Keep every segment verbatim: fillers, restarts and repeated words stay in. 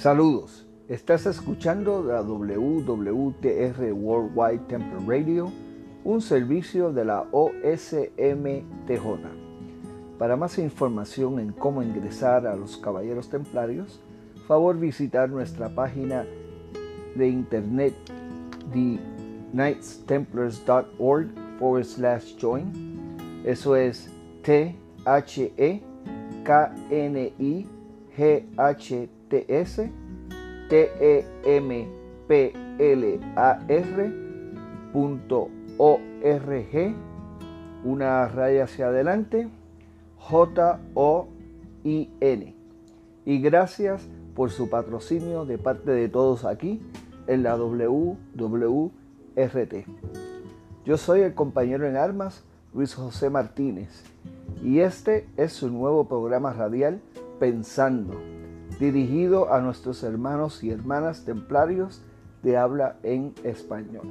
Saludos, estás escuchando la W W T R Worldwide Temple Radio, un servicio de la O S M T J. Para más información en cómo ingresar a los Caballeros Templarios, favor visitar nuestra página de internet the knights templars dot org forward slash join. Eso es T H E K N I G H T S T E M P L A R punto O R G, una raya hacia adelante, J O I N. Y gracias por su patrocinio de parte de todos aquí en la W W R T. Yo soy el compañero en armas Luis José Martínez y este es su nuevo programa radial Pensando, dirigido a nuestros hermanos y hermanas templarios de habla en español.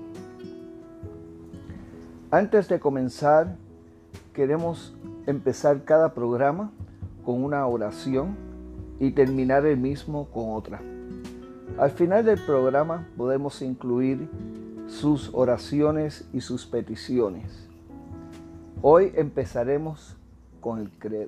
Antes de comenzar, queremos empezar cada programa con una oración y terminar el mismo con otra. Al final del programa podemos incluir sus oraciones y sus peticiones. Hoy empezaremos con el credo.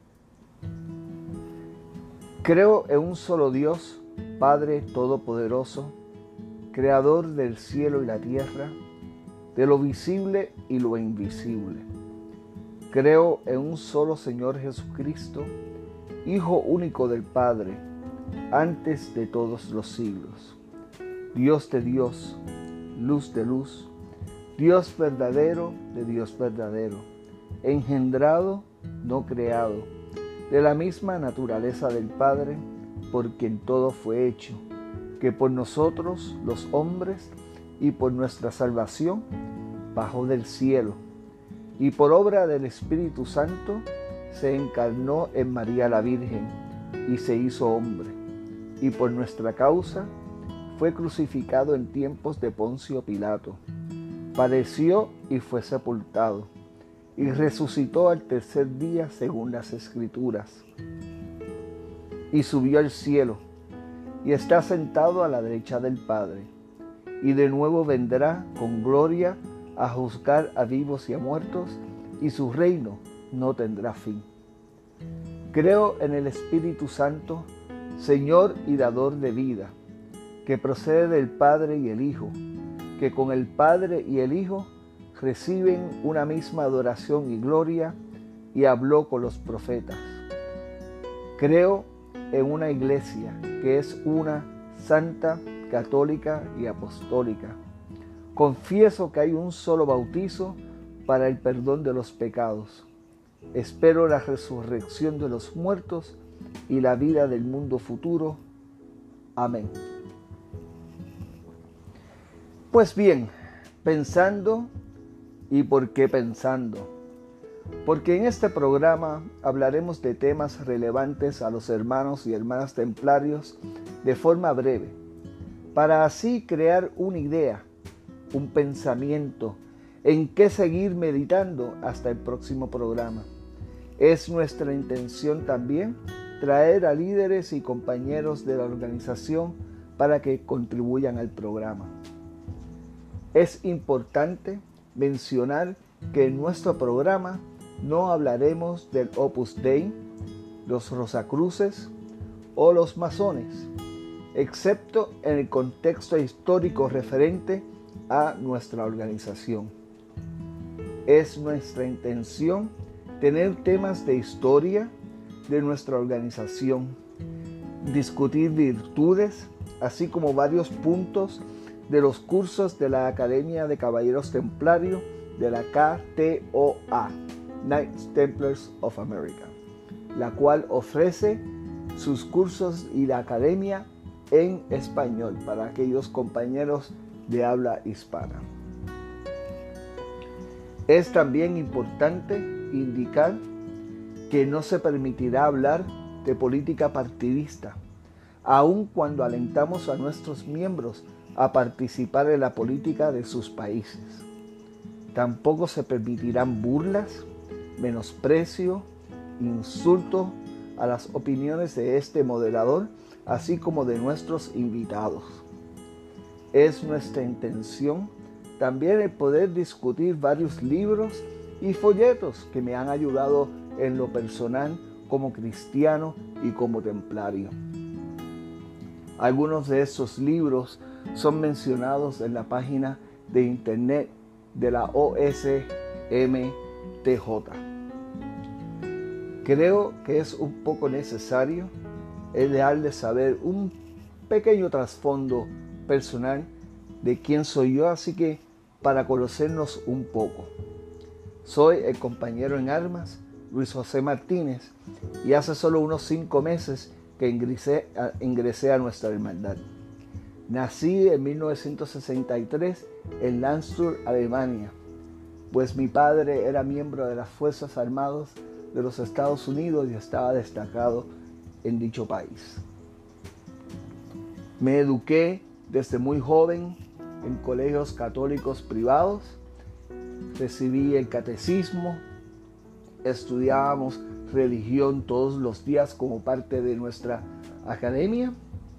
Creo en un solo Dios, Padre Todopoderoso, Creador del cielo y la tierra, de lo visible y lo invisible. Creo en un solo Señor Jesucristo, Hijo único del Padre, antes de todos los siglos. Dios de Dios, luz de luz, Dios verdadero de Dios verdadero, engendrado, no creado, de la misma naturaleza del Padre, por quien todo fue hecho, que por nosotros los hombres y por nuestra salvación bajó del cielo, y por obra del Espíritu Santo se encarnó en María la Virgen y se hizo hombre, y por nuestra causa fue crucificado en tiempos de Poncio Pilato, padeció y fue sepultado, y resucitó al tercer día según las Escrituras, y subió al cielo, y está sentado a la derecha del Padre, y de nuevo vendrá con gloria a juzgar a vivos y a muertos, y su reino no tendrá fin. Creo en el Espíritu Santo, Señor y dador de vida, que procede del Padre y el Hijo, que con el Padre y el Hijo reciben una misma adoración y gloria, y habló con los profetas. Creo en una iglesia que es una, santa, católica y apostólica. Confieso que hay un solo bautizo para el perdón de los pecados. Espero la resurrección de los muertos y la vida del mundo futuro. Amén. Pues bien, pensando. ¿Y por qué pensando? Porque en este programa hablaremos de temas relevantes a los hermanos y hermanas templarios de forma breve, para así crear una idea, un pensamiento en qué seguir meditando hasta el próximo programa. Es nuestra intención también traer a líderes y compañeros de la organización para que contribuyan al programa. Es importante mencionar que en nuestro programa no hablaremos del Opus Dei, los Rosacruces o los masones, excepto en el contexto histórico referente a nuestra organización. Es nuestra intención tener temas de historia de nuestra organización, discutir virtudes, así como varios puntos de los cursos de la Academia de Caballeros Templarios de la K T O A, Knights Templars of America, la cual ofrece sus cursos y la academia en español para aquellos compañeros de habla hispana. Es también importante indicar que no se permitirá hablar de política partidista, aun cuando alentamos a nuestros miembros a participar en la política de sus países. Tampoco se permitirán burlas, menosprecio, insultos a las opiniones de este moderador así como de nuestros invitados. Es nuestra intención también el poder discutir varios libros y folletos que me han ayudado en lo personal como cristiano y como templario. Algunos de estos libros son mencionados en la página de internet de la O S M T J. Creo que es un poco necesario el dejarles saber un pequeño trasfondo personal de quién soy yo, así que para conocernos un poco. Soy el compañero en armas Luis José Martínez y hace solo unos cinco meses que ingresé a, ingresé a nuestra hermandad. Nací en mil novecientos sesenta y tres en Landstuhl, Alemania, pues mi padre era miembro de las Fuerzas Armadas de los Estados Unidos y estaba destacado en dicho país. Me eduqué desde muy joven en colegios católicos privados, recibí el catecismo, estudiábamos religión todos los días como parte de nuestra academia,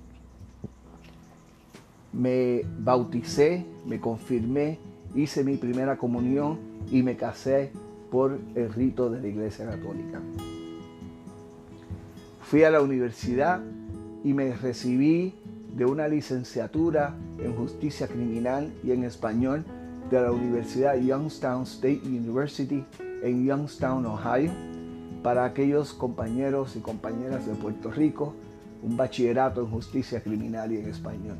me bauticé, me confirmé, hice mi primera comunión y me casé por el rito de la Iglesia Católica. Fui a la universidad y me recibí de una licenciatura en Justicia Criminal y en Español de la Universidad Youngstown State University en Youngstown, Ohio, para aquellos compañeros y compañeras de Puerto Rico, un bachillerato en Justicia Criminal y en Español.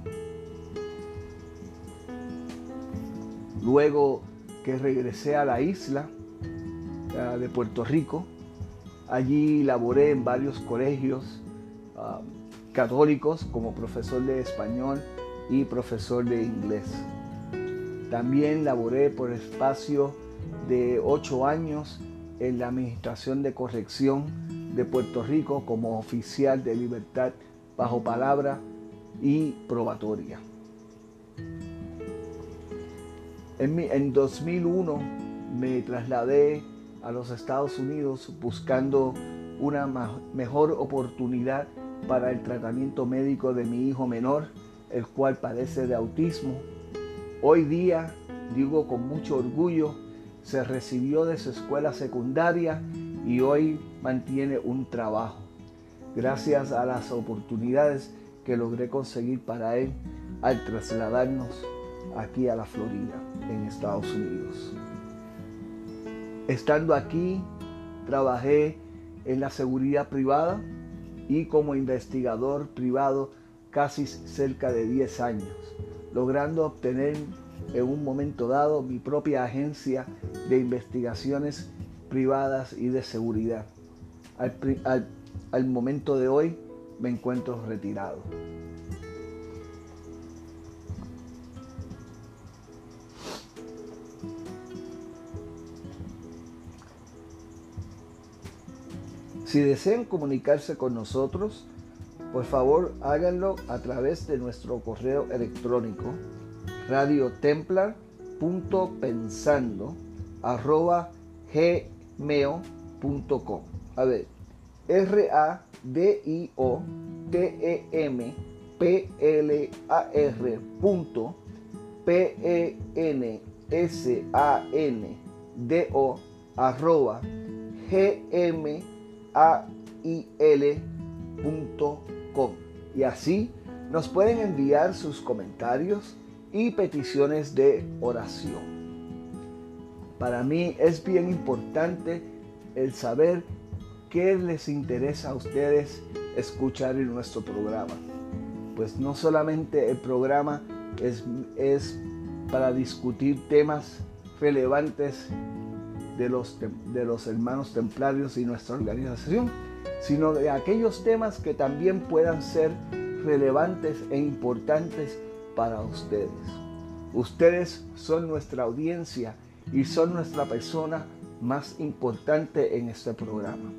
Luego que regresé a la isla uh, de Puerto Rico, allí laboré en varios colegios uh, católicos como profesor de español y profesor de inglés. También laboré por espacio de ocho años en la Administración de Corrección de Puerto Rico como oficial de libertad bajo palabra y probatoria. En, mi, en dos mil uno me trasladé a los Estados Unidos buscando una ma- mejor oportunidad para el tratamiento médico de mi hijo menor, el cual padece de autismo. Hoy día, digo con mucho orgullo, se recibió de su escuela secundaria y hoy mantiene un trabajo, gracias a las oportunidades que logré conseguir para él al trasladarnos aquí a la Florida, en Estados Unidos. Estando aquí, trabajé en la seguridad privada y como investigador privado casi cerca de diez años, logrando obtener en un momento dado mi propia agencia de investigaciones privadas y de seguridad. Al, al, al momento de hoy me encuentro retirado. Si desean comunicarse con nosotros, por favor háganlo a través de nuestro correo electrónico radiotemplar punto pensando arroba gmail punto com. A ver, R A D I O T E M P L A R punto P E N S A N D O arroba G M A I L punto com. Y así nos pueden enviar sus comentarios y peticiones de oración. Para mí es bien importante el saber qué les interesa a ustedes escuchar en nuestro programa. Pues no solamente el programa es, es para discutir temas relevantes de los, de los hermanos templarios y nuestra organización, sino de aquellos temas que también puedan ser relevantes e importantes para ustedes. Ustedes son nuestra audiencia y son nuestra persona más importante en este programa.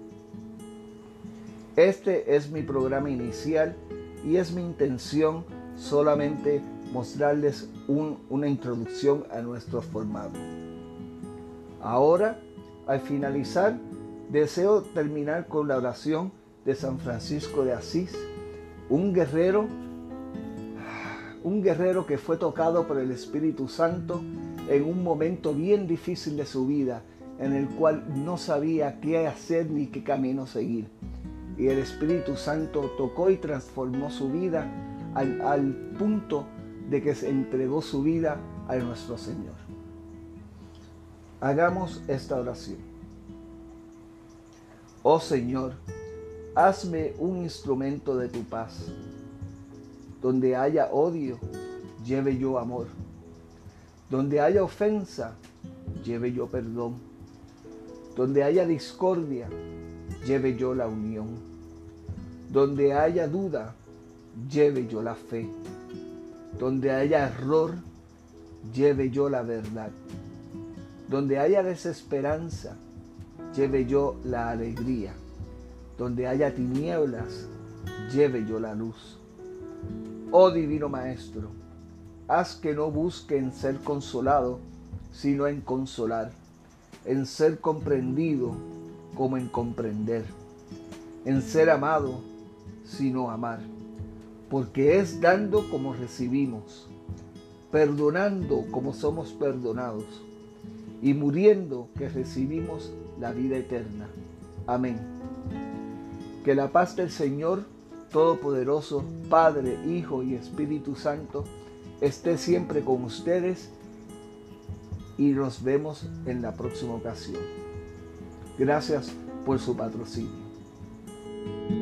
Este es mi programa inicial y es mi intención solamente mostrarles un, una introducción a nuestro formato. Ahora, al finalizar, deseo terminar con la oración de San Francisco de Asís, Un guerrero, un guerrero que fue tocado por el Espíritu Santo en un momento bien difícil de su vida, en el cual no sabía qué hacer ni qué camino seguir. Y el Espíritu Santo tocó y transformó su vida al, al punto de que se entregó su vida a nuestro Señor. Hagamos esta oración. Oh Señor, hazme un instrumento de tu paz. Donde haya odio, lleve yo amor. Donde haya ofensa, lleve yo perdón. Donde haya discordia, lleve yo la unión. Donde haya duda, lleve yo la fe. Donde haya error, lleve yo la verdad. Donde haya desesperanza, lleve yo la alegría. Donde haya tinieblas, lleve yo la luz. Oh Divino Maestro, haz que no busque en ser consolado, sino en consolar, en ser comprendido como en comprender, en ser amado, sino amar, porque es dando como recibimos, perdonando como somos perdonados, y muriendo que recibimos la vida eterna. Amén. Que la paz del Señor Todopoderoso, Padre, Hijo y Espíritu Santo, esté siempre con ustedes y nos vemos en la próxima ocasión. Gracias por su patrocinio.